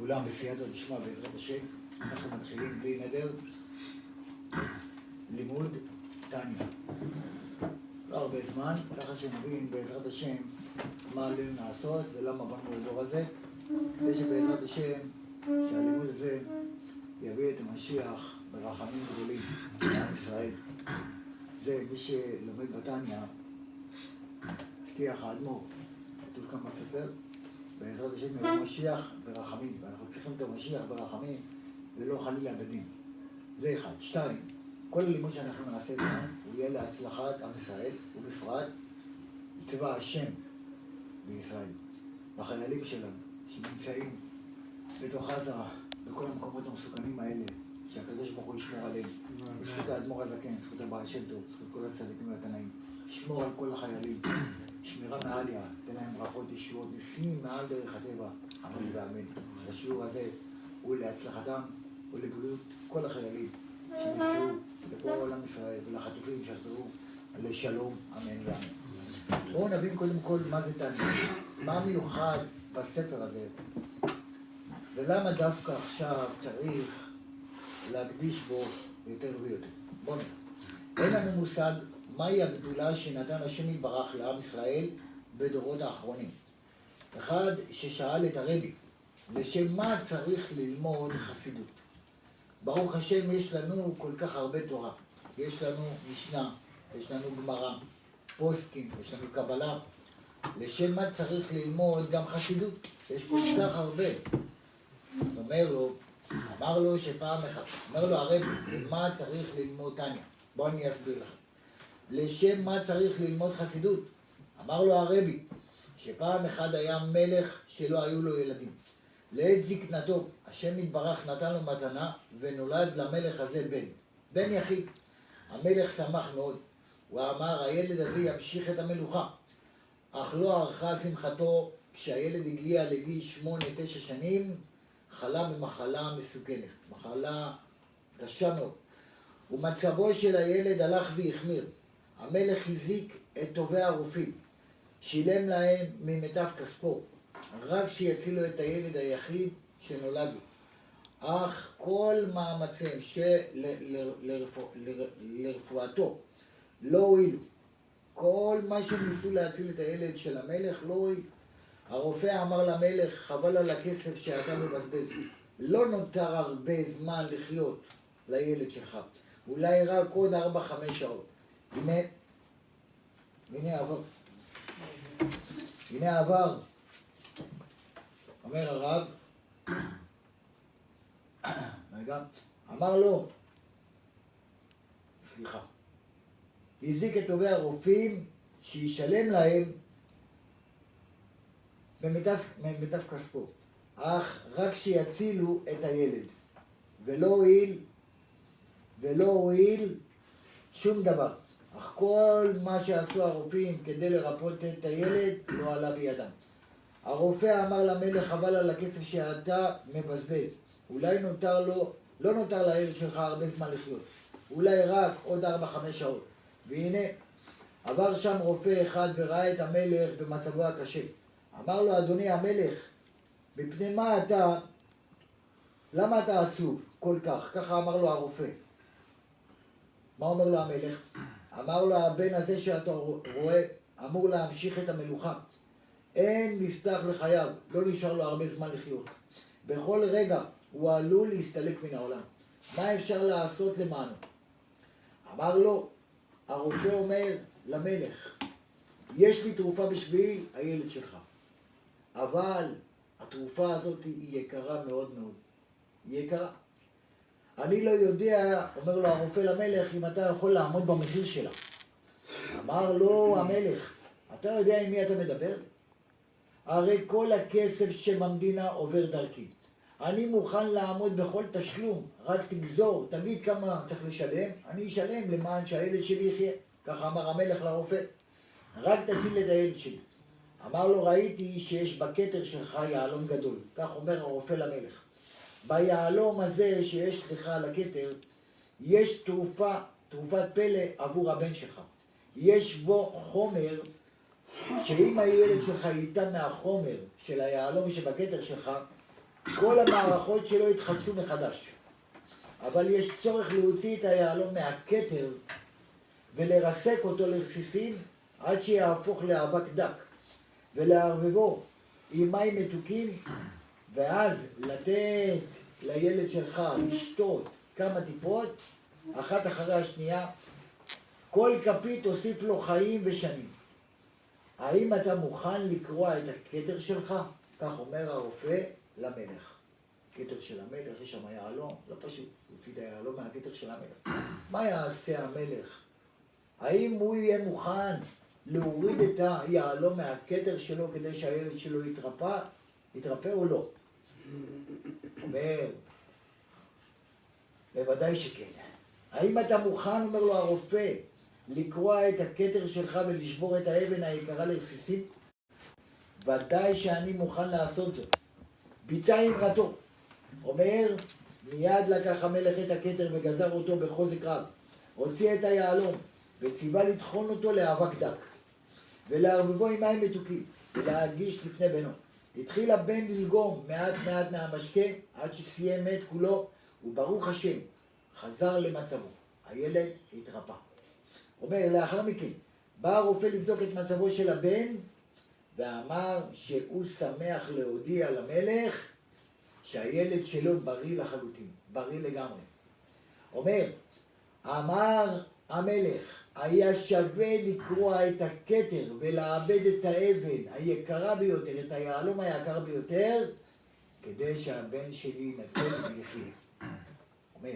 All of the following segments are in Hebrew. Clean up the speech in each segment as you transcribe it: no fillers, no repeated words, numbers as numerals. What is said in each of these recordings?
לכולם בסייעתא דשמיא בעזרת השם. אנחנו מתחילים בלי נדר לימוד תניא. לא הרבה זמן, ככה שנבין בעזרת השם מה עלינו לעשות ולמה באנו לדור הזה, כדי שבעזרת השם שהלימוד הזה יביא את המשיח ברחמים גדולים לעם ישראל. זה מי שלומד בתניא, הבטיח האדמו"ר, כתוב כאן בספר, בעזרת השם יבוא משיח ברחמים, ואנחנו צריכים את המשיח ברחמים ולא חלילה בדין. זה אחד. שתיים, כל הלימוד שאנחנו נעשה כאן הוא יהיה להצלחת עם ישראל, ובפרט צבא השם בישראל, לחיילים שלנו שנמצאים בתוך עזה, בכל המקומות המסוכנים האלה, שהקדוש ברוך הוא ישמור עליהם. בזכות האדמו"ר הזקן, זכות הבעל שם טוב, זכות כל הצדיקים והתנאים, ישמור על כל החיילים, שמירה מעליה, תן להם ברכות ישועות, ניסים מעל דרך הטבע, אמן ואמן. השיעור הזה הוא להצלחתם ולבריאות כל החיילים שנמצאו בכל עם ישראל ולחטופים שיחזרו לשלום, אמן ואמן. בואו נבין קודם כל מה זה תניא, מה מיוחד בספר הזה, ולמה דווקא עכשיו צריך להקדיש בו יותר ויותר. בואו נראה. אין לנו מושג מהי הגדולה שנתן השם יתברך לעם ישראל בדורות האחרונים. אחד ששאל את הרבי, לשם מה צריך ללמוד חסידות? ברוך השם יש לנו כל כך הרבה תורה. יש לנו משנה, יש לנו גמרא, פוסקים, יש לנו קבלה. לשם מה צריך ללמוד גם חסידות? יש כל כך הרבה. אמר לו שפעם אחת, אומר לו הרבי, למה צריך ללמוד תניא? בוא אני אסביר לך. לשם מה צריך ללמוד חסידות? אמר לו הרבי, שפעם אחד היה מלך שלא היו לו ילדים. לעת זקנתו, השם יתברך נתן לו מתנה, ונולד למלך הזה בן יחיד. המלך שמח מאוד. הוא אמר, הילד הזה ימשיך את המלוכה. אך לא ערכה שמחתו, כשהילד הגיע לגיל 8-9 שנים, חלה במחלה מסוכנת, מחלה קשה מאוד. ומצבו של הילד הלך והחמיר. המלך הזיק את טובי הרופאים, שילם להם ממיטב כספו, רק שיצילו את הילד היחיד שנולד לו. אך כל מאמציהם לרפואתו לא הועילו. כל מה שניסו להציל את הילד של המלך לא הועיל. הרופא אמר למלך, חבל על הכסף שאתה מבזבז. לא נותר הרבה זמן לחיות לילד שלך. אולי רק עוד 4-5 שעות. הנה עבר. אומר הרב, אמר לו, סליחה, הזיק את טובי הרופאים שישלם להם במיטב כספו, אך רק שיצילו את הילד, ולא הועיל שום דבר. אך כל מה שעשו הרופאים כדי לרפות את הילד לא עלה בידם. הרופא אמר למלך, חבל על הכסף שאתה מבזבז. אולי לא נותר לילד שלך הרבה זמן לחיות. אולי רק עוד 4-5 שעות. והנה, עבר שם רופא אחד וראה את המלך במצבו הקשה. אמר לו, אדוני המלך, מפני מה למה אתה עצוב כל כך? ככה אמר לו הרופא. מה אומר לו המלך? אמר לו, הבן הזה שאתה רואה אמור להמשיך את המלוכה. אין מפתח לחייו, לא נשאר לו הרבה זמן לחיות. בכל רגע הוא עלול להסתלק מן העולם. מה אפשר לעשות למענו? אמר לו, הרופא אומר למלך, יש לי תרופה בשביל הילד שלך. אבל התרופה הזאת היא יקרה מאוד מאוד. היא יקרה. אני לא יודע, אומר לו הרופא למלך, אם אתה יכול לעמוד במחיר שלה. אמר לו המלך, אתה יודע עם מי אתה מדבר? הרי כל הכסף שבמדינה עובר דרכי. אני מוכן לעמוד בכל תשלום, רק תגזור, תגיד כמה צריך לשלם, אני אשלם למען שהילד שלי יחיה. ככה אמר המלך לרופא, רק תציל את הילד שלי. אמר לו, ראיתי שיש בכתר שלך יהלום גדול. כך אומר הרופא למלך. ביהלום הזה שיש לך על הכתר, יש תרופת פלא עבור הבן שלך. יש בו חומר שאם הילד שלך ייתן מהחומר של היהלום שבכתר שלך, כל המערכות שלו התחדשו מחדש. אבל יש צורך להוציא את היהלום מהכתר ולרסק אותו לרסיסים עד שיהפוך לאבק דק ולערבבו עם מים מתוקים, ואז לתת לילד שלך לשתות כמה טיפות אחת אחרי השנייה. כל כפית תוסיף לו חיים ושנים. האם אתה מוכן לקרוע את הכתר שלך? כך אומר הרופא למלך. כתר של המלך, יש שם יהלום, לא פשוט, הוציא את היהלום מהכתר של המלך. מה יעשה המלך? האם הוא יהיה מוכן להוריד את היהלום מהכתר שלו כדי שהילד שלו יתרפא או לא? אומר, בוודאי שכן. האם אתה מוכן, אומר לו הרופא, לקרוע את הכתר שלך ולשבור את האבן היקרה לרסיסים? ודאי שאני מוכן לעשות זאת. ביצע אמרתו. אומר, מיד לקח המלך את הכתר וגזר אותו בחוזק רב. הוציא את היהלום וציווה לטחון אותו לאבק דק ולערבבו עם מים מתוקים ולהגיש לפני בנו. התחיל הבן ללגום מעט מעט מהמשקה עד שסיים את כולו, וברוך השם חזר למצבו. הילד התרפא. אומר, לאחר מכן בא הרופא לבדוק את מצבו של הבן ואמר שהוא שמח להודיע למלך שהילד שלו בריא לחלוטין, בריא לגמרי. אומר, אמר המלך, היה שווה לקרוע את הכתר ולאבד את האבן היקרה ביותר, את היהלום היקר ביותר, כדי שהבן שלי ינצל ויחיה. אומר,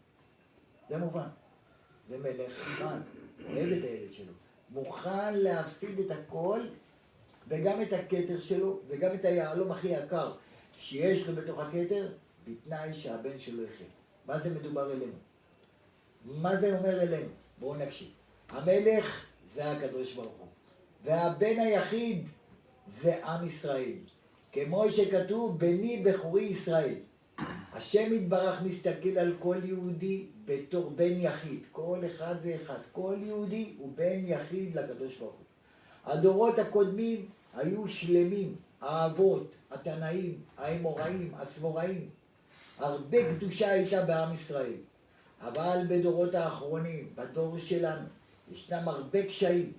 זה מובן. זה מלך מובן, אוהב את הילד שלו. מוכן להפסיד את הכל, וגם את הכתר שלו, וגם את היהלום הכי יקר שיש לו בתוך הכתר, בתנאי שהבן שלו יחיה. מה זה מדובר אלינו? מה זה אומר אלינו? בואו נקשיב. המלך זה הקדוש ברוך הוא, והבן היחיד זה עם ישראל. כמו שכתוב, בני בכורי ישראל. השם יתברך מסתכל על כל יהודי בתור בן יחיד. כל אחד ואחד. כל יהודי הוא בן יחיד לקדוש ברוך הוא. הדורות הקודמים היו שלמים. האבות, התנאים, האמוראים, הסבוראים. הרבה קדושה הייתה בעם ישראל. אבל בדורות האחרונים, בדור שלנו, ישנם הרבה קשיים.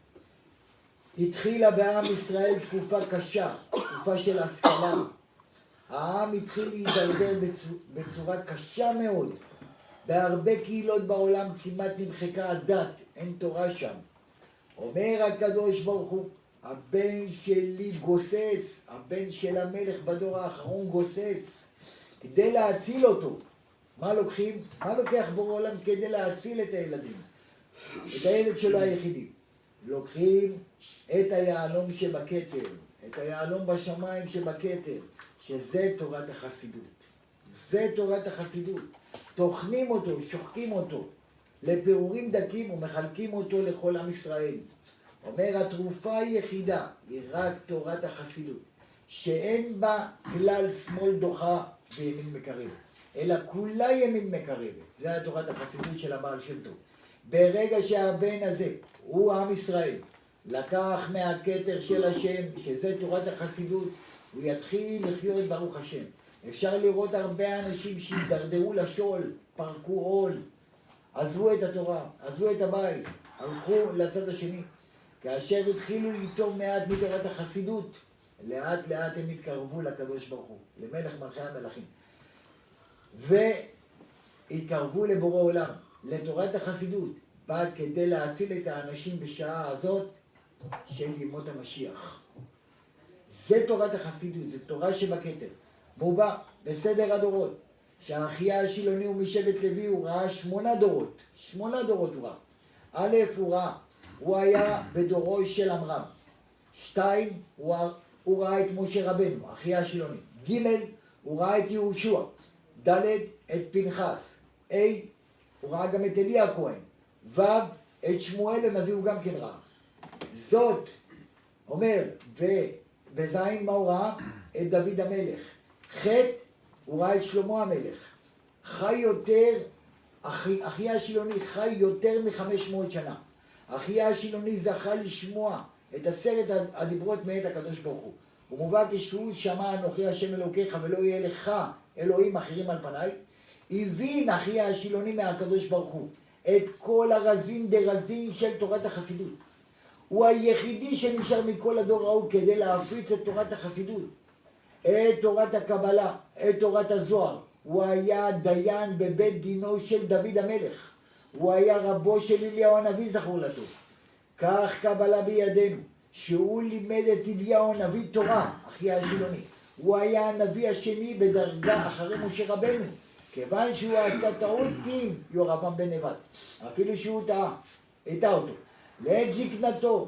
התחילה בעם ישראל תקופה קשה, תקופה של השכלה. העם התחיל להידרדר בצורה קשה מאוד. בהרבה קהילות בעולם כמעט נמחקה הדת, אין תורה שם. אומר הקדוש ברוך הוא, הבן שלי גוסס, הבן של המלך בדור האחרון גוסס, כדי להציל אותו. מה לוקחים? מה לוקח בורא עולם כדי להציל את הילדים? את הילד שלו היחידי. לוקחים את היהלום שבכתר, את היהלום בשמיים שבכתר, שזה תורת החסידות. זה תורת החסידות. טוחנים אותו, שוחקים אותו לפירורים דקים ומחלקים אותו לכל עם ישראל. אומר, התרופה היחידה היא רק תורת החסידות, שאין בה כלל שמאל דוחה וימין מקרב, אלא כולה ימין מקרבת. זה התורת החסידות של הבעל שם טוב. ברגע שהבן הזה, הוא עם ישראל, לקח מהכתר של השם, שזה תורת החסידות, הוא יתחיל לחיות ברוך השם. אפשר לראות הרבה אנשים שהתדרדרו לשול, פרקו עול, עזבו את התורה, עזבו את הבית, הלכו לצד השני. כאשר התחילו ליטוב מעט מתורת החסידות, לאט לאט הם התקרבו לקדוש ברוך הוא, למלך מלכי המלכים. והתקרבו לבורא עולם, לתורת החסידות, בא כדי להציל את האנשים בשעה הזאת של ימות המשיח. זה תורת החסידות, זה תורה שבכתר. מובא בסדר הדורות, שהאחיה השילוני הוא משבט לוי, הוא ראה 8 דורות. 8 דורות הוא ראה. א', הוא היה בדורו של עמרם. 2, הוא ראה את משה רבנו, אחיה השילוני. ג', הוא ראה את יהושע. ד', את פנחס. ה', הוא ראה גם את אליה הכהן. ו', את שמואל הנביא הוא גם כן ראה. זאת, אומר, וזין מה הוא ראה? את דוד המלך. ח', הוא ראה את שלמה המלך. חי יותר, אחיה השילוני חי יותר מ-500 שנה. אחיה השילוני זכה לשמוע את 10 הדיברות מאת הקדוש ברוך הוא. הוא מובא כשהוא שמע אנוכי השם אלוקיך ולא יהיה לך אלוהים אחרים על פניי, הבין אחי השילוני מהקדוש ברוך הוא את כל הרזין דרזין של תורת החסידות. הוא היחידי שנשאר מכל הדור ההוא כדי להפיץ את תורת החסידות, את תורת הקבלה, את תורת הזוהר. הוא היה דיין בבית דינו של דוד המלך. הוא היה רבו של אליהו הנביא זכור לטוב. כך קבלה בידינו, שהוא לימד את אליהו הנביא תורה, אחי השילוני. הוא היה הנביא השני בדרגה אחרי משה רבנו, כיוון שהוא עשה טעות עם ירבעם בן נבט, אפילו שהוא הטעה אותו. לעת זקנתו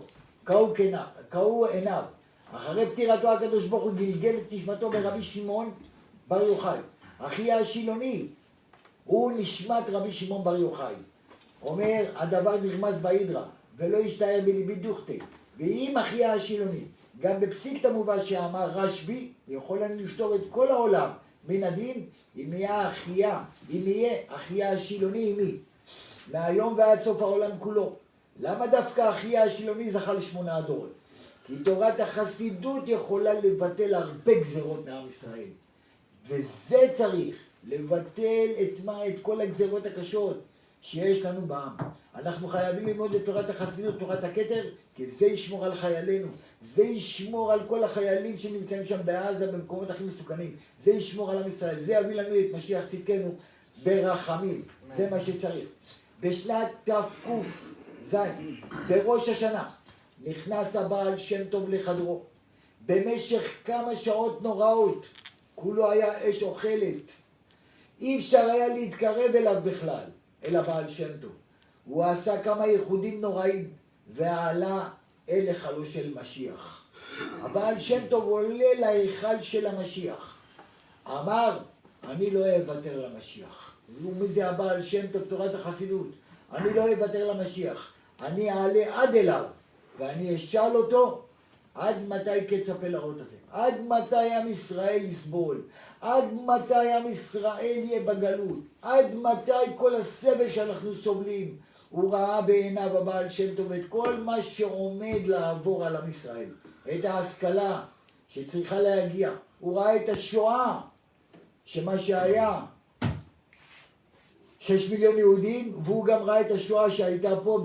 קהו עיניו. אחרי פטירתו הקדוש ברוך הוא גלגל את נשמתו ברבי שמעון בר יוחאי. אחי השילוני הוא נשמת רבי שמעון בר יוחאי. אומר, הדבר נרמז בהידרא ולא ישתער בליבי דוכתי. ואם אחי השילוני, גם בפסיקתא מובא שאמר רשב"י, יכול לנו לפתור את כל העולם מן הדין, אם יהיה אחיה השילוני עמי, מהיום ועד סוף העולם כולו. למה דווקא אחיה השילוני זכה ל8 דורות? כי תורת החסידות יכולה לבטל הרבה גזרות מעם ישראל. וזה צריך לבטל את כל הגזרות הקשות שיש לנו בעם. אנחנו חייבים ללמוד את תורת החסידות, תורת הכתר, כי זה ישמור על חיילינו. זה ישמור על כל החיילים שנמצאים שם בעזה, במקומות הכי מסוכנים. זה ישמור על עם ישראל. זה יביא לנו את משיח צדקנו ברחמים. זה מה שצריך. בשנת תק"ז, בראש השנה, נכנס הבעל שם טוב לחדרו. במשך כמה שעות נוראות, כולו היה אש אוכלת. אי אפשר היה להתקרב אליו בכלל, אל הבעל שם טוב. הוא עשה כמה ייחודים נוראים, ועלה אל היכלו של משיח. הבעל שם טוב עולה להיכל של המשיח. אמר, אני לא אוותר למשיח. ומי זה הבעל שם טוב, תורת החסידות? אני לא אוותר למשיח. אני אעלה עד אליו, ואני אשאל אותו, עד מתי קץ הפלאות הזה? עד מתי עם ישראל יסבול? עד מתי עם ישראל יהיה בגלות? עד מתי כל הסבל שאנחנו סובלים? הוא ראה בעיניו הבעל שם טוב את כל מה שעומד לעבור על עם ישראל. את ההשכלה שצריכה להגיע. הוא ראה את השואה, שמה שהיה 6 מיליון יהודים, והוא גם ראה את השואה שהייתה פה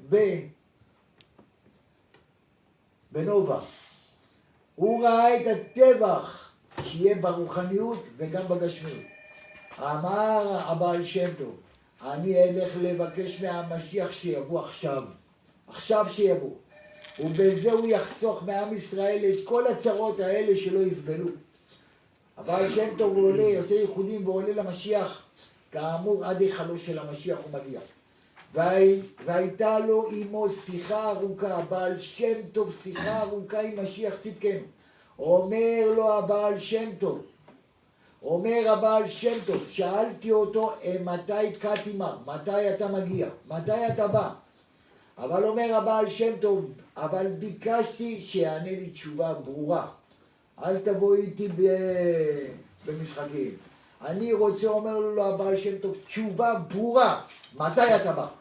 בנובה. הוא ראה את הטבח שיהיה ברוחניות וגם בגשמיות. אמר הבעל שם טוב, אני אלך לבקש מהמשיח שיבוא עכשיו. עכשיו שיבוא. ובזה הוא יחסוך מעם ישראל את כל הצרות האלה שלא יסבלו. הבעל שם טוב הוא עולה, עושה ייחודים ועולה למשיח. כאמור, עד היכלו של המשיח הוא מגיע. והייתה לו עמו שיחה ארוכה, הבעל שם טוב שיחה ארוכה עם משיח צדקנו. אומר לו הבעל שם טוב, אומר הבעל שם טוב, שאלתי אותו, מתי קטימר, מתי אתה מגיע, מתי אתה בא? אבל אומר הבעל שם טוב, אבל ביקשתי שיענה לי תשובה ברורה. אל תבוא איתי במשחקים. אני רוצה, אומר לו הבעל שם טוב, תשובה ברורה, מתי אתה בא?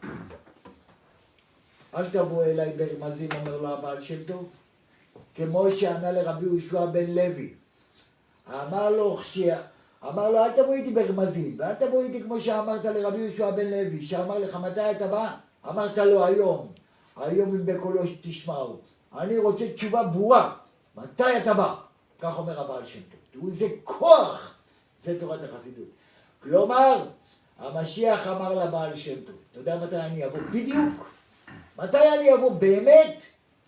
אל תבוא אליי ברמזים, אומר לו הבעל שם טוב, כמו שענה לרבי יהושע בן לוי. אמר לו, אל תבוא איתי ברמזים, ואל תבוא איתי כמו שאמרת לרבי יהושע בן לוי, שאמר לך מתי אתה בא? אמרת לו היום אם בקולו תשמעו. אני רוצה תשובה ברורה, מתי אתה בא? כך אומר הבעל שם טוב. תראו איזה כוח, זה תורת החסידות. כלומר, המשיח אמר לבעל שם טוב, אתה יודע מתי אני אבוא? בדיוק. מתי אני אבוא? באמת?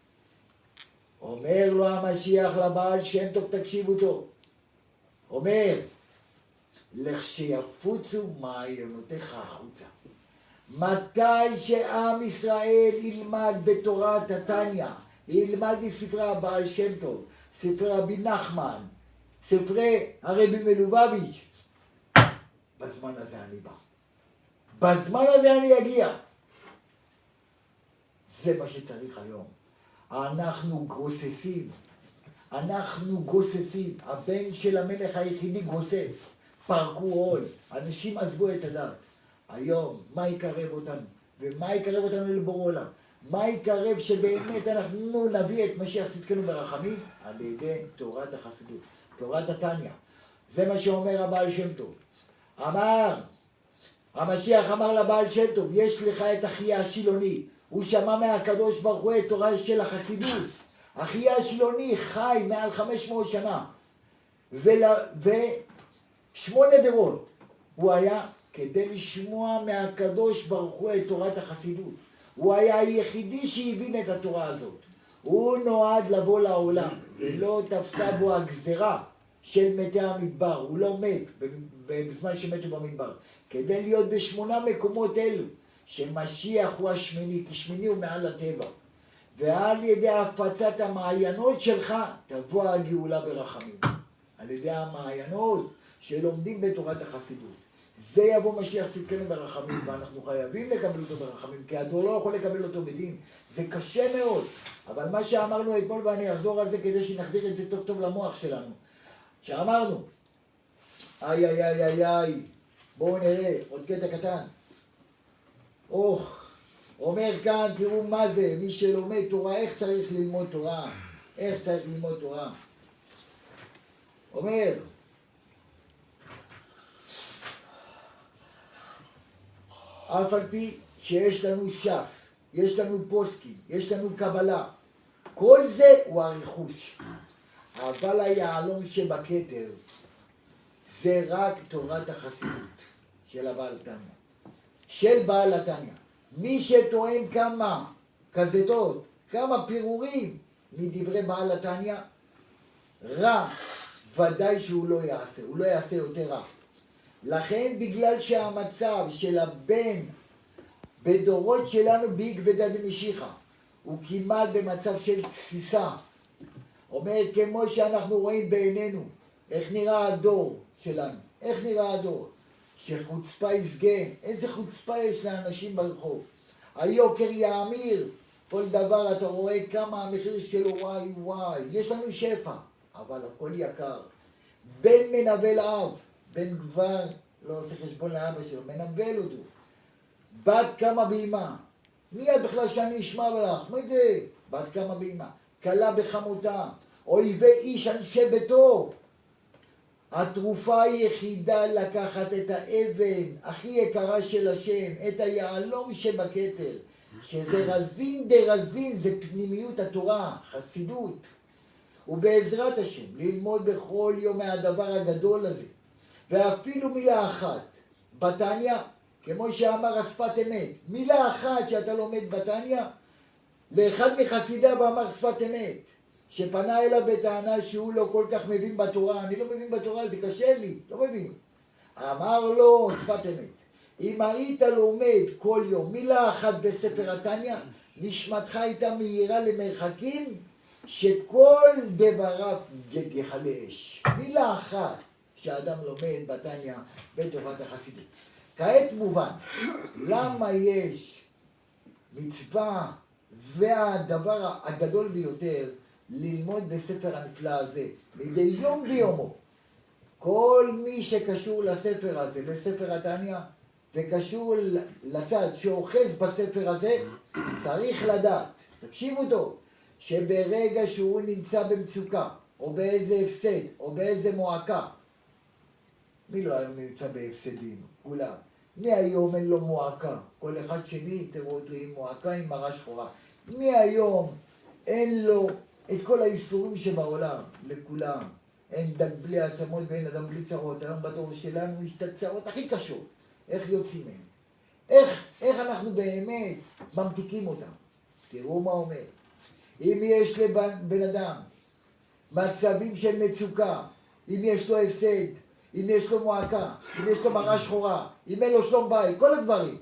אומר לו המשיח לבעל שם טוב, תקשיבו טוב. אומר, לכשיפוצו מעיינותיך החוצה. מתי שעם ישראל ילמד בתורת התניא, ילמד מספרי הבעל שם טוב, ספרי רבי נחמן, ספרי הרבי מלובביץ', בזמן הזה אני בא. בזמן הזה אני אגיע. זה מה שצריך היום. אנחנו גוססים. הבן של המלך היחידי גוסס. פרקו עול. אנשים עזבו את הדת. היום, מה יקרב אותנו? ומה יקרב אותנו לבורא עולם? מה יקרב שבאמת אנחנו נביא את משיח צדקנו ברחמים? על ידי תורת החסידות, תורת התניא. זה מה שאומר הבעל שם טוב. המשיח אמר לבעל שם טוב, יש לך את אחיה השילוני. הוא שמע מהקדוש ברוך הוא את תורה של החסידות. אחיה השילוני חי מעל 500 שנה. ו8 דורות הוא היה כדי לשמוע מהקדוש ברוך הוא את תורת החסידות. הוא היה היחידי שהבין את התורה הזאת. הוא נועד לבוא לעולם, ולא תפסה בו הגזרה של מתי המדבר. הוא לא מת בזמן שמתו במדבר. כדי להיות ב8 מקומות אלו, שמשיח הוא השמיני, כי שמיני הוא מעל הטבע. ועל ידי הפצת המעיינות שלך, תבוא הגאולה ברחמים. על ידי המעיינות שלומדים בתורת החסידות. זה יבוא משיח צדקנו ברחמים, ואנחנו חייבים לקבל אותו ברחמים, כי הדור לא יכול לקבל אותו בדין. זה קשה מאוד. אבל מה שאמרנו אתמול, ואני אחזור על זה כדי שנחדיר את זה טוב טוב למוח שלנו. שאמרנו, איי, בואו נראה, עוד קטע קטן. אומר כאן, תראו מה זה, מי שלומד תורה, איך צריך ללמוד תורה? איך צריך ללמוד תורה? אומר, אף על פי שיש לנו ש"ס, יש לנו פוסקים, יש לנו קבלה, כל זה הוא הרכוש. אבל היהלום שבכתר זה רק תורת החסידות של הבעל תניא, של בעל התניא. מי שטוען כמה כזדות, כמה פירורים מדברי בעל התניא, רע, ודאי שהוא לא יעשה, הוא לא יעשה יותר רע. לכן בגלל שהמצב של הבן בדורות שלנו בעקבתא דמשיחא הוא כמעט במצב של גסיסה. אומר כמו שאנחנו רואים בעינינו, איך נראה הדור שלנו, איך נראה הדור? שחוצפה יסגן, איזה חוצפה יש לאנשים ברחוב. היוקר יאמיר, כל דבר אתה רואה כמה המחיר שלו, וואי, יש לנו שפע, אבל הכל יקר. בן מנבל אב, בן כבר לא עושה חשבון לאבא שלו, מנבל אותו. בת כמה באמא, מיד בכלל שאני אשמע לך, מה זה? בת כמה באמא, קלה בחמותה, אויבי איש אנשי ביתו. התרופה היחידה לקחת את האבן הכי יקרה של השם, את היהלום שבכתר, שזה רזין דרזין, זה פנימיות התורה, חסידות. ובעזרת השם, ללמוד בכל יום מהדבר הגדול הזה. ואפילו מילה אחת, בתניא, כמו שאמר השפת אמת, מילה אחת שאתה לומד בתניא, לאחד מחסידיו ואמר שפת אמת, שפנה אליו בטענה שהוא לא כל כך מבין בתורה, אני לא מבין בתורה, זה קשה לי, לא מבין. אמר לו שפת אמת, אם היית לומד כל יום מילה אחת בספר התניא, נשמתך הייתה מהירה למרחקים, שכל דבריו יכלה אש. מילה אחת שאדם לומד בתניא בתורת החסידות. כעת מובן, למה יש מצווה והדבר הגדול ביותר ללמוד בספר הנפלא הזה, מדי יום ביומו. כל מי שקשור לספר הזה, לספר התניא, וקשור לצד שאוחז בספר הזה, צריך לדעת, תקשיבו טוב, שברגע שהוא נמצא במצוקה, או באיזה הפסד, או באיזה מועקה, מי לא היום נמצא בהפסדים? כולם. מי היום אין לו מועקה? כל אחד שני תראו אותו עם מועקה, עם מראה שחורה. מי היום אין לו את כל האיסורים שבעולם? לכולם. אין דג בלי עצמות ואין אדם בלי צרות. היום בדור שלנו יש את הצרות הכי קשות. איך יוצאים מהם? איך אנחנו באמת ממתיקים אותם? תראו מה אומר. אם יש לבן אדם מצבים של מצוקה, אם יש לו הפסד, אם יש לו מועקה, אם יש לו מראה שחורה, אם אין לו שלום בית, כל הדברים.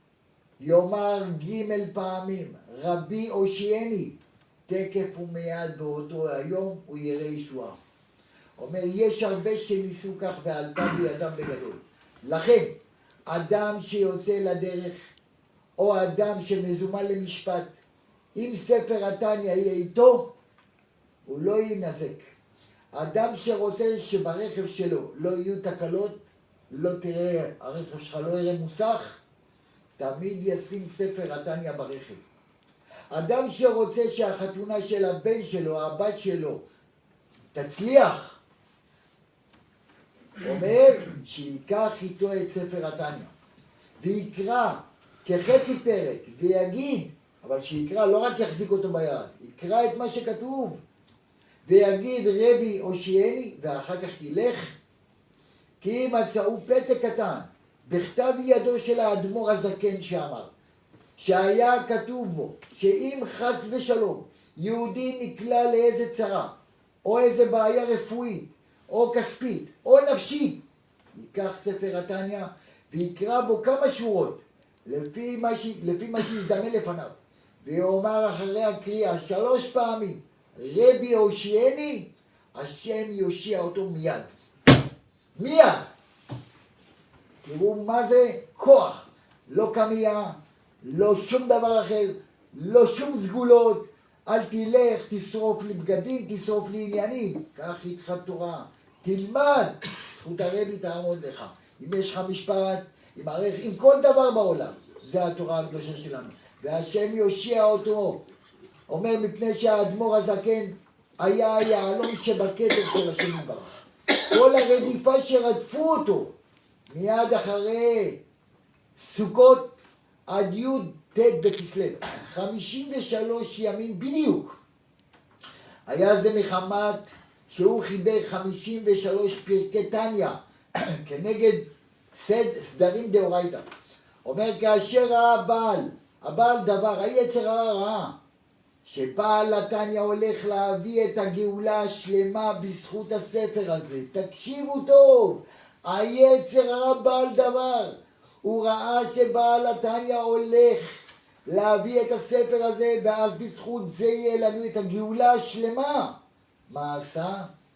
יאמר ג' פעמים, רבי הושיעני, תקף ומיד באותו היום הוא יראה ישועה. אומר, יש הרבה שניסו כך ועלתה בידם בגדול. לכן, אדם שיוצא לדרך, או אדם שמזומן למשפט, אם ספר התניא יהיה איתו, הוא לא ינזק. אדם שרוצה שברכב שלו לא יהיו תקלות, לא תראה, הרכב שלך לא יראה מוסך, תמיד ישים ספר התניא ברכב. אדם שרוצה שהחתונה של הבן שלו, הבת שלו, תצליח, אומר שיקח איתו את ספר התניא, ויקרא כחצי פרק, ויגיד, אבל שיקרא, לא רק יחזיק אותו ביד, יקרא את מה שכתוב, ויגיד רבי הושיעני, ואחר כך ילך, כי מצאו פתק קטן, בכתב ידו של האדמו"ר הזקן שאמר, שהיה כתוב בו, שאם חס ושלום יהודי נקלע לאיזה צרה, או איזה בעיה רפואית, או כספית, או נפשית, ייקח ספר התניא ויקרא בו כמה שורות, לפי מה שיזדמן לפניו, ויאמר אחרי הקריאה 3 פעמים, רבי הושיעני, השם יושיע אותו מיד. מיד! תראו מה זה כוח, לא קמייה, לא שום דבר אחר, לא שום סגולות, אל תלך, תשרוף לי בגדים, תשרוף לי עניינים, קח איתך תורה, תלמד, זכות הרבי תעמוד לך. אם יש לך משפט, עם כל דבר בעולם, זה התורה הקדושה שלנו. והשם יושיע אותו, אומר מפני שהאדמו"ר הזקן היה היהלום שבכתר של השם יתברך. כל הרדיפה שרדפו אותו, מיד אחרי סוכות עד י' ט' בכסלו, 53 ימים בדיוק. היה זה מחמת שהוא חיבר 53 פרקי תניא כנגד סדרים דאורייתא. אומר כאשר ראה הבעל דבר, היצר הרע, שבעל התניא הולך להביא את הגאולה השלמה בזכות הספר הזה. תקשיבו טוב, היצר הרע בעל דבר, הוא ראה שבעל התניא הולך להביא את הספר הזה, ואז בזכות זה יהיה לנו את הגאולה השלמה. מה עשה?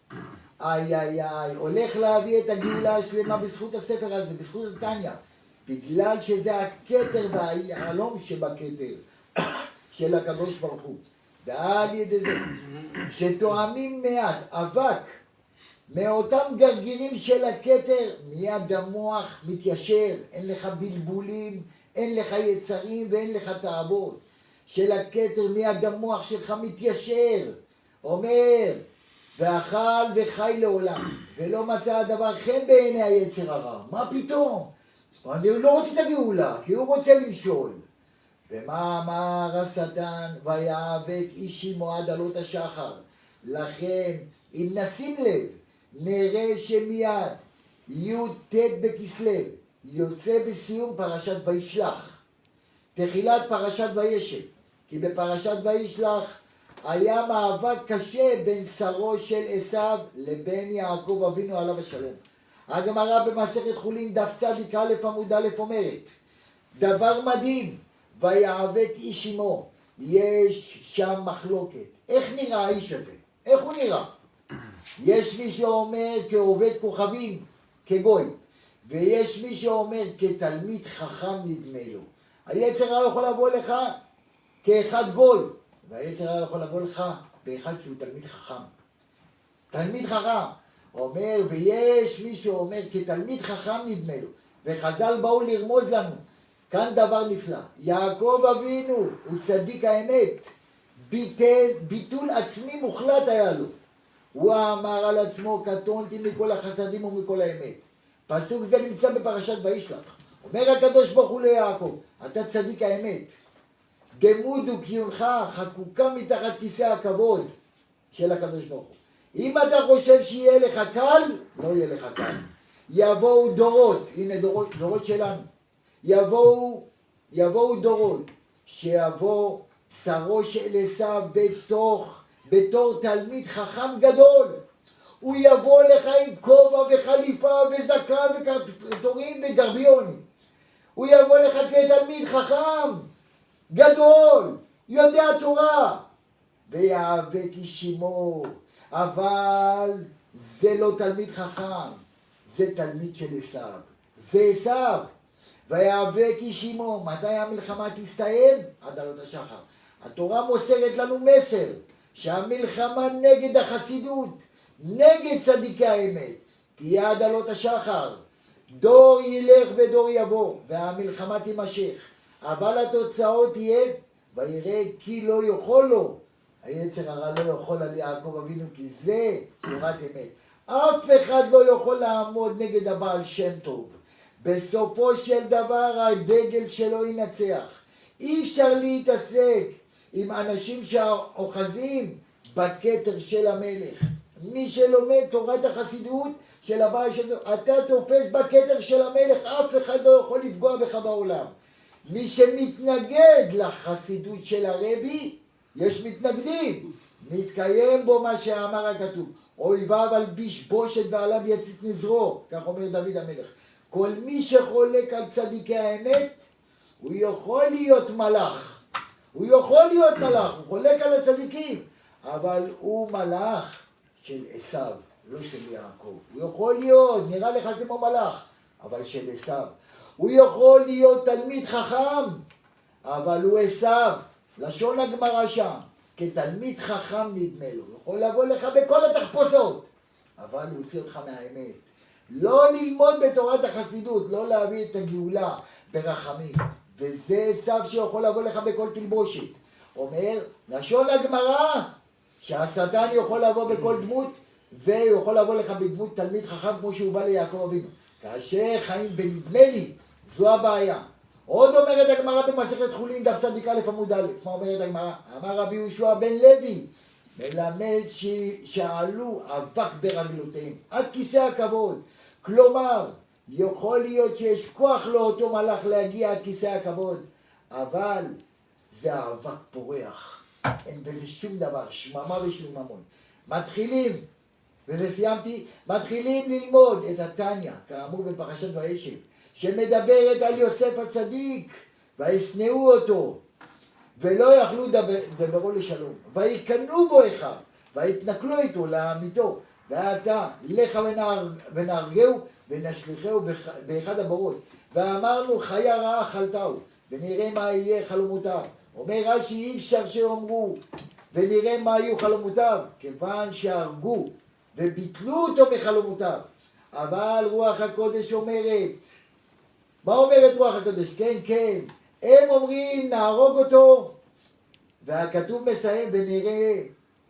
הולך להביא את הגאולה השלמה בזכות הספר הזה, בזכות התניא, בגלל שזה הכתר והיהלום שבכתר של הקדוש ברוך הוא. ועל ידי זה שתואמים מעט אבק מאותם גרגירים של הכתר, מיד המוח מתיישר, אין לך בלבולים, אין לך יצרים ואין לך תאוות. של הכתר מיד המוח שלך מתיישר, אומר ואכל וחי לעולם, ולא מצא הדבר חן בעיני היצר הרע. מה פתאום? אני לא רוצה את הגאולה, כי הוא רוצה למשול. ומה אמר השטן? ויאבק איש עמו עד עלות השחר. לכן, אם נשים לב, נראה שמיד י' ט' בכסלו יוצא בסיום פרשת וישלח, תחילת פרשת וישב, כי בפרשת וישלח היה מאבק קשה בין שרו של עשיו לבין יעקב אבינו עליו השלום. הגמרא במסכת חולין דף צדיק א' עמוד א' אומרת, דבר מדהים, ויאבק איש עמו, יש שם מחלוקת. איך נראה האיש הזה? איך הוא נראה? יש מי שאומר כעובד כוכבים, כגוי, ויש מי שאומר כתלמיד חכם נדמה לו. היצר הרע יכול לבוא לך כאחד גוי, והיצר הרע יכול לבוא לך באחד שהוא תלמיד חכם. תלמיד חכם, אומר, ויש מי שאומר כתלמיד חכם נדמה לו, וחז"ל באו לרמוז לנו, כאן דבר נפלא, יעקב אבינו הוא צדיק האמת, ביטול עצמי מוחלט היה לו. הוא אמר על עצמו, קטונתי מכל החסדים ומכל האמת. פסוק זה נמצא בפרשת וישלח. אומר הקדוש ברוך הוא ליעקב, אתה צדיק האמת. דמות וקיומך חקוקה מתחת כיסא הכבוד של הקדוש ברוך הוא. אם אתה חושב שיהיה לך קל, לא יהיה לך קל. יבואו דורות, הנה דורות שלנו. יבואו דורות, שיבוא שרו של עשיו בתור תלמיד חכם גדול. הוא יבוא לך עם כובע וחליפה וזקן וכתורים וגרביונים. הוא יבוא לך כתלמיד חכם גדול, יודע תורה, ויאבק איש עמו. אבל זה לא תלמיד חכם, זה תלמיד של עשיו. זה עשיו. ויאבק איש עמו. מתי המלחמה תסתיים? עד עלות השחר. התורה מוסרת לנו מסר שהמלחמה נגד החסידות, נגד צדיקי האמת, תהיה עד עלות השחר. דור ילך ודור יבוא, והמלחמה תימשך. אבל התוצאות תהיה ויראה כי לא יכול לו. היצר הרע לא יכול על יעקב אבינו, כי זה תורת אמת. אף אחד לא יכול לעמוד נגד הבעל שם טוב. בסופו של דבר הדגל שלו ינצח. אי אפשר להתעסק עם אנשים שאוחזים בכתר של המלך. מי שלומד תורת החסידות של הבעל שם טוב, אתה תופס בכתר של המלך, אף אחד לא יכול לפגוע בך בעולם. מי שמתנגד לחסידות של הרבי, יש מתנגדים, מתקיים בו מה שאמר הכתוב. אויביו על בשבושת ועליו יצית נזרו, כך אומר דוד המלך. כל מי שחולק על צדיקי האמת, הוא יכול להיות מלאך. הוא יכול להיות מלאך, הוא חולק על הצדיקים, אבל הוא מלאך של עשיו, לא של יעקב. הוא יכול להיות, נראה לך כמו מלאך, אבל של עשיו. הוא יכול להיות תלמיד חכם, אבל הוא עשיו. לשון הגמרא שם, כתלמיד חכם נדמה לו. הוא יכול לבוא לך בכל התחפושות, אבל הוא הוציא אותך מהאמת. לא ללמוד בתורת החסידות, לא להביא את הגאולה ברחמים. וזה עשיו שיכול לבוא לך בכל תלבושת. אומר, לשון הגמרא, שהשטן יכול לבוא בכל דמות, והוא יכול לבוא לך בדמות תלמיד חכם כמו שהוא בא ליעקב אבינו. כאשר חיים בנדמה לי, זו הבעיה. עוד אומרת הגמרא במסכת חולין, דף צדיק א' עמוד א', מה אומרת הגמרא? אמר רבי יהושע בן לוי, מלמד שעלו אבק ברגלותיהם, עד כיסא הכבוד. כלומר, יכול להיות שיש כוח לאותו מלאך להגיע עד כיסא הכבוד, אבל זה האבק פורח, אין בזה שום דבר, שממה ושום ממון. מתחילים, וזה סיימתי, מתחילים ללמוד את התניא, כאמור בפרשת וישב, שמדברת על יוסף הצדיק, וישנאו אותו, ולא יכלו דברו לשלום, ויקנו בו אחד, ויתנכלו איתו לעמיתו, ואתה לך ונהרגהו ונשליחהו באחד הבורות, ואמרנו חיה רעה אכלתהו, ונראה מה יהיה חלומותיו. אומר רש"י, אי אפשר שאומרו ונראה מה יהיו חלומותיו, כיוון שהרגו וביטלו אותו מחלומותיו. אבל רוח הקודש אומרת, מה אומרת רוח הקודש? כן, כן, הם אומרים נהרוג אותו, והכתוב מסיים ונראה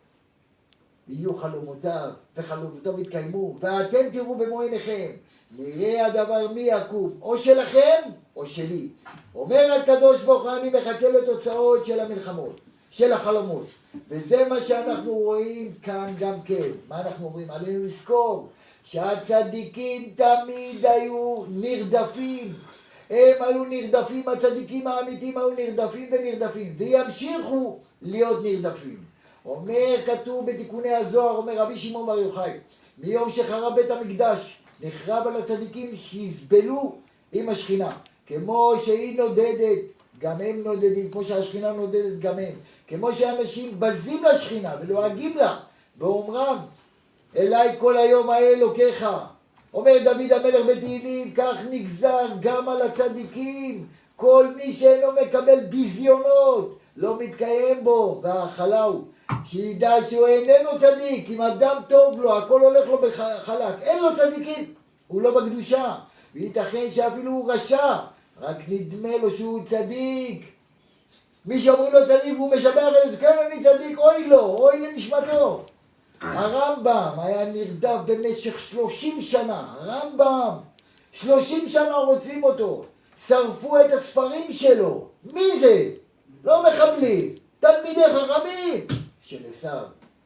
יהיו חלומותיו, וחלומותיו יתקיימו, ואתם תראו במו עיניכם, נראה הדבר מי יקום, או שלכם או שלי. אומר הקדוש ברוך הוא, אני מחכה לתוצאות של המלחמות, של החלומות, וזה מה שאנחנו רואים כאן גם כן. מה אנחנו רואים? עלינו לזכור שהצדיקים תמיד היו נרדפים, הם היו נרדפים, הצדיקים האמיתיים היו נרדפים ונרדפים, וימשיכו להיות נרדפים. אומר, כתוב בתיקוני הזוהר, אומר רבי שמעון בר יוחאי, מיום שחרב בית המקדש, נחרב על הצדיקים שיסבלו עם השכינה. כמו שהיא נודדת, גם הם נודדים, כמו שהשכינה נודדת גם הם. כמו שאנשים בזים לשכינה ולועגים לה, ואומרם, אליי כל היום האלוקיך. אומר דוד המלך בתהילים, כך נגזר גם על הצדיקים. כל מי שאינו מקבל ביזיונות, לא מתקיים בו, והאכלה הוא. שידע שהוא איננו צדיק, אם אדם טוב לו, הכל הולך לו בחלק, אין לו צדיקים, הוא לא בקדושה, וייתכן שאפילו הוא רשע, רק נדמה לו שהוא צדיק. מי שאומרים לו צדיק והוא משבח את זה, כן אני צדיק, אוי לו, אוי לנשמתו. הרמב"ם היה נרדף במשך 30 שנה, הרמב"ם, 30 שנה רוצים אותו, שרפו את הספרים שלו. מי זה? לא מחבלים, תלמידי חכמים של עשיו.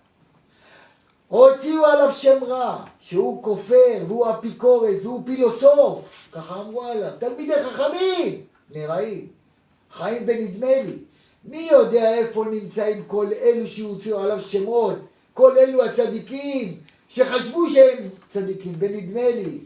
הוציאו עליו שם רע, שהוא כופר, והוא אפיקורס, והוא פילוסוף, ככה אמרו עליו, תלמידי חכמים, נראים, חיים בנדמה לי. מי יודע איפה נמצאים כל אלו שהוציאו עליו שמות, כל אלו הצדיקים, שחשבו שהם צדיקים, בנדמה לי.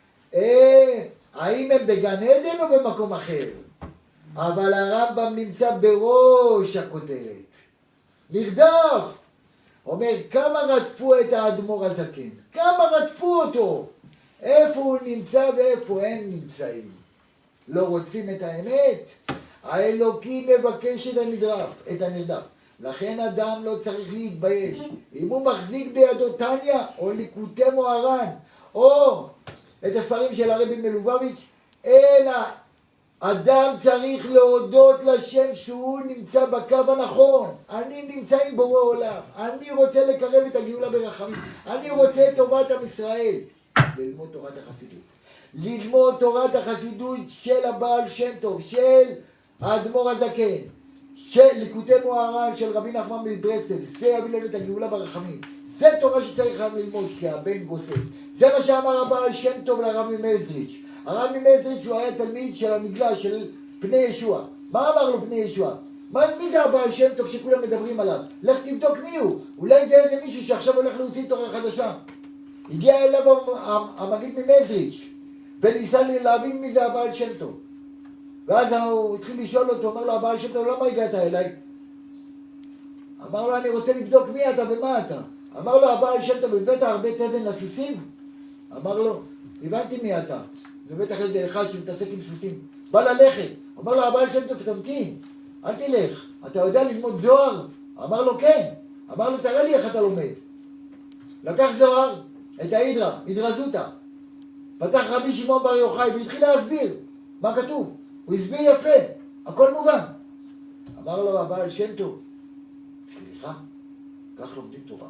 האם הם בגן עדן או במקום אחר? אבל הרמב"ם נמצא בראש הכותרת. נרדף. אומר, כמה רדפו את האדמו"ר הזקן? כמה רדפו אותו? איפה הוא נמצא ואיפה הם נמצאים? לא רוצים את האמת? האלוקים מבקש את הנרדף. לכן אדם לא צריך להתבייש. אם הוא מחזיק בידו תניא, או ליקוטי מוהר"ן, או את הספרים של הרבי מלובביץ', אלא אדם צריך להודות לשם שהוא נמצא בקו הנכון. אני נמצא עם בורא עולם. אני רוצה לקרב את הגאולה ברחמים. אני רוצה את טובת עם ישראל. ללמוד תורת החסידות. ללמוד תורת החסידות של הבעל שם טוב, של האדמו"ר הזקן, של ליקוטי מוהר"ן, של רבי נחמן מברסלב. זה יביא לנו את הגאולה ברחמים. זה תורה שצריך ללמוד כהבן גוסס. זה מה שאמר הבעל שם טוב לרבי מזריץ'. הרבי מזריץ' הוא היה תלמיד של הנגלה של פני ישוע. מה אמר לו פני ישוע? מי זה הבעל שם טוב שכולם מדברים עליו? לך תבדוק מי הוא. אולי זה איזה מישהו שעכשיו הולך להוציא תורה חדשה. הגיע אליו המגיד ממזריץ' וניסה להבין מי זה הבעל שם טוב. ואז הוא התחיל לשאול אותו, אומר לו הבעל שם טוב, למה הגעת אליי? אמר לו, אני רוצה לבדוק מי אתה ומה אתה. אמר לו הבעל שם טוב, הבאת הרבה תבן לסוסים? אמר לו, הבנתי מי אתה. זה בטח איזה אחד שמתעסק עם סוסים. בא ללכת. אמר לו הבעל שם טוב, תמתין, אל תלך. אתה יודע ללמוד זוהר? אמר לו כן. אמר לו, תראה לי איך אתה לומד. לקח זוהר, את ההידרה, מדרזותה. פתח רבי שמעון בר יוחאי והתחיל להסביר מה כתוב. הוא הסביר יפה, הכל מובן. אמר לו הבעל שם טוב, סליחה, כך לומדים תורה.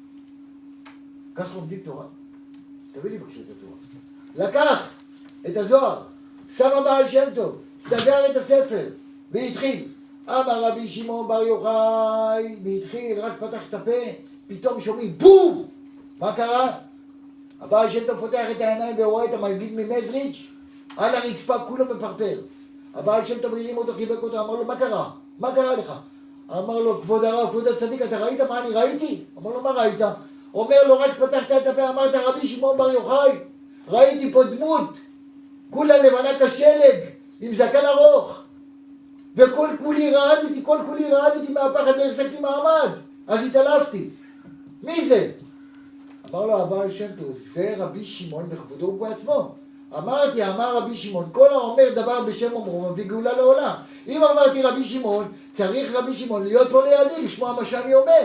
כך לומדים תורה. תביא לי בבקשה את התורה. לקח את הזוהר, שם הבעל שם טוב, סגר את הספר והתחיל. אמר רבי שמעון בר יוחאי, והתחיל, רק פתח את הפה, פתאום שומעים בום! מה קרה? הבעל שם טוב פותח את העיניים ורואה את המגיד ממזריץ' על הרצפה, כולו מפרפר. הבעל שם טוב הרים אותו, חיבק אותו, אמר לו, מה קרה? מה קרה לך? אמר לו, כבוד הרב, כבוד הצדיק, אתה ראית מה אני ראיתי? אמר לו, מה ראית? אומר לו, רק פתחת את הפה, אמרת רבי שמעון בר יוחאי, ראיתי פה דמות, כולה לבנה כשלג, עם זקן ארוך, וכל כולי רעדתי מהפחד והחזקתי מעמד, אז התעלפתי. מי זה? אמר לו הבעל שם טוב, זה רבי שמעון בכבודו ובעצמו. אמרתי, אמר רבי שמעון, כל האומר דבר בשם אומרו מביא גאולה לעולם. אם אמרתי רבי שמעון, צריך רבי שמעון להיות פה לידי, לשמוע מה שאני אומר.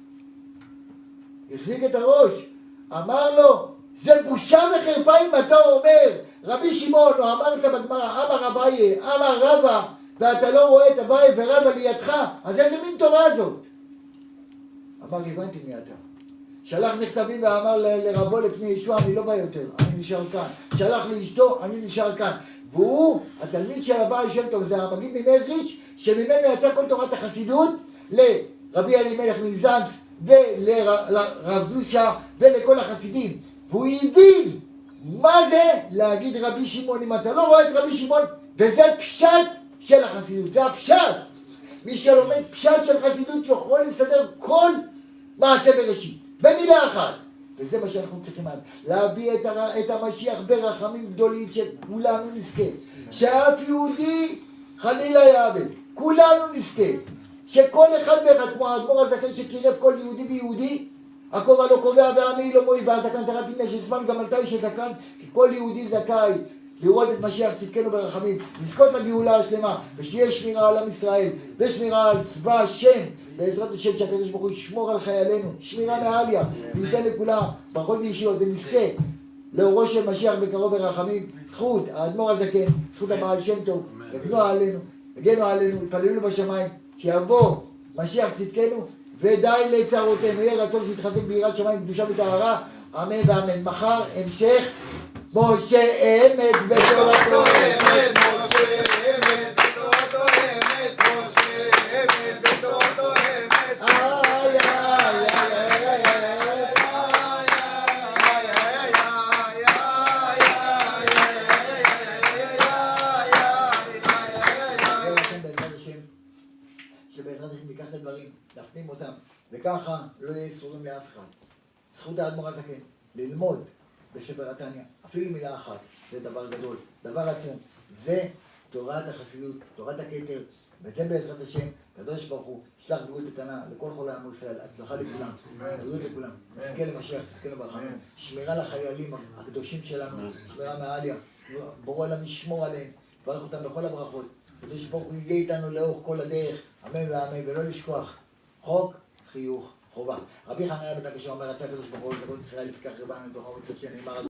החזיק את הראש, אמר לו, זה בושה וחרפה אם אתה אומר, רבי שמעון, או אמרת בגמרא, אמר אביי, אמר רבא, ואתה לא רואה את אביי ורבא לידך, אז איזה מין תורה זאת? אמר, הבנתי מי אתה. שלח מכתבים ואמר לרבו לפני ישוע, אני לא בא יותר, אני נשאר כאן. שלח לאשתו, אני נשאר כאן. והוא, התלמיד של הבעל שם טוב, זה המגיד ממזריץ', שממנו יצא כל תורת החסידות לרבי אלימלך מלזנץ ולרב זושה ולכל החסידים. והוא הבין מה זה להגיד רבי שמעון אם אתה לא רואה את רבי שמעון, וזה פשט של החסידות, זה הפשט. מי שלומד פשט של חסידות יכול לסדר כל מעשה בראשית. במילה אחת. וזה מה שאנחנו צריכים להביא את המשיח ברחמים גדולים שכולנו נזכה. שאף יהודי חלילה יאבד. כולנו נזכה. שכל אחד ואחד, כמו האדמו"ר הזקן שקירב כל יהודי ויהודי, הכובע לא קובע ועמי לא מועיל, והזקן זכת הנה שזמן גם עלתה איש הזקן, כי כל יהודי זכאי לראות את משיח צדקנו ברחמים, לזכות לגאולה השלמה, ושיהיה שמירה על עם ישראל, ושמירה על צבא השם, בעזרת השם שהקדוש ברוך הוא ישמור על חיילינו, שמירה מעליה, וייתן לכולם ברכות וישועות, ונזכה לאורו של משיח בקרוב ברחמים, זכות האדמו"ר הזקן, זכות הבעל שם טוב, הגנו עלינו, התפללו בשמיים, שיבוא משיח צדקנו, ודי לצרותינו, יהיה רצון שיתחזק ביראת שמיים, קדושה וטהרה, אמן ואמן. מחר המשך משה אמת בתורתו אמת, משה אמת בתורתו אמת, משה אמת בתורתו אמת. איי איי איי שבעזרת השם ניקח את הדברים, נפנים אותם, וככה לא יהיה סורים לאף אחד. זכות האדמו"ר הזקן, ללמוד בספר התניא, אפילו מילה אחת, זה דבר גדול, דבר עצום. זה תורת החסידות, תורת הכתר, וזה בעזרת השם, קדוש ברוך הוא, שלח בריאות איתנה לכל חולי עם ישראל, הצלחה לכולם, בריאות לכולם, נזכה למשיח, נזכה לברחמים, שמירה לחיילים הקדושים שלנו, שמירה מעליה, בורא עולם ישמור עליהם, ברך אותם בכל הברכות, קדוש ברוך הוא יהיה איתנו לאורך כל הדרך, אמן ואמן, ולא לשכוח, חוק, חיוך, חובה. רבי חנניה בן עקשיא אומר, רצה הקדוש ברוך הוא לבוא ישראל לפקח רבנו בתוך הארץ שנאמר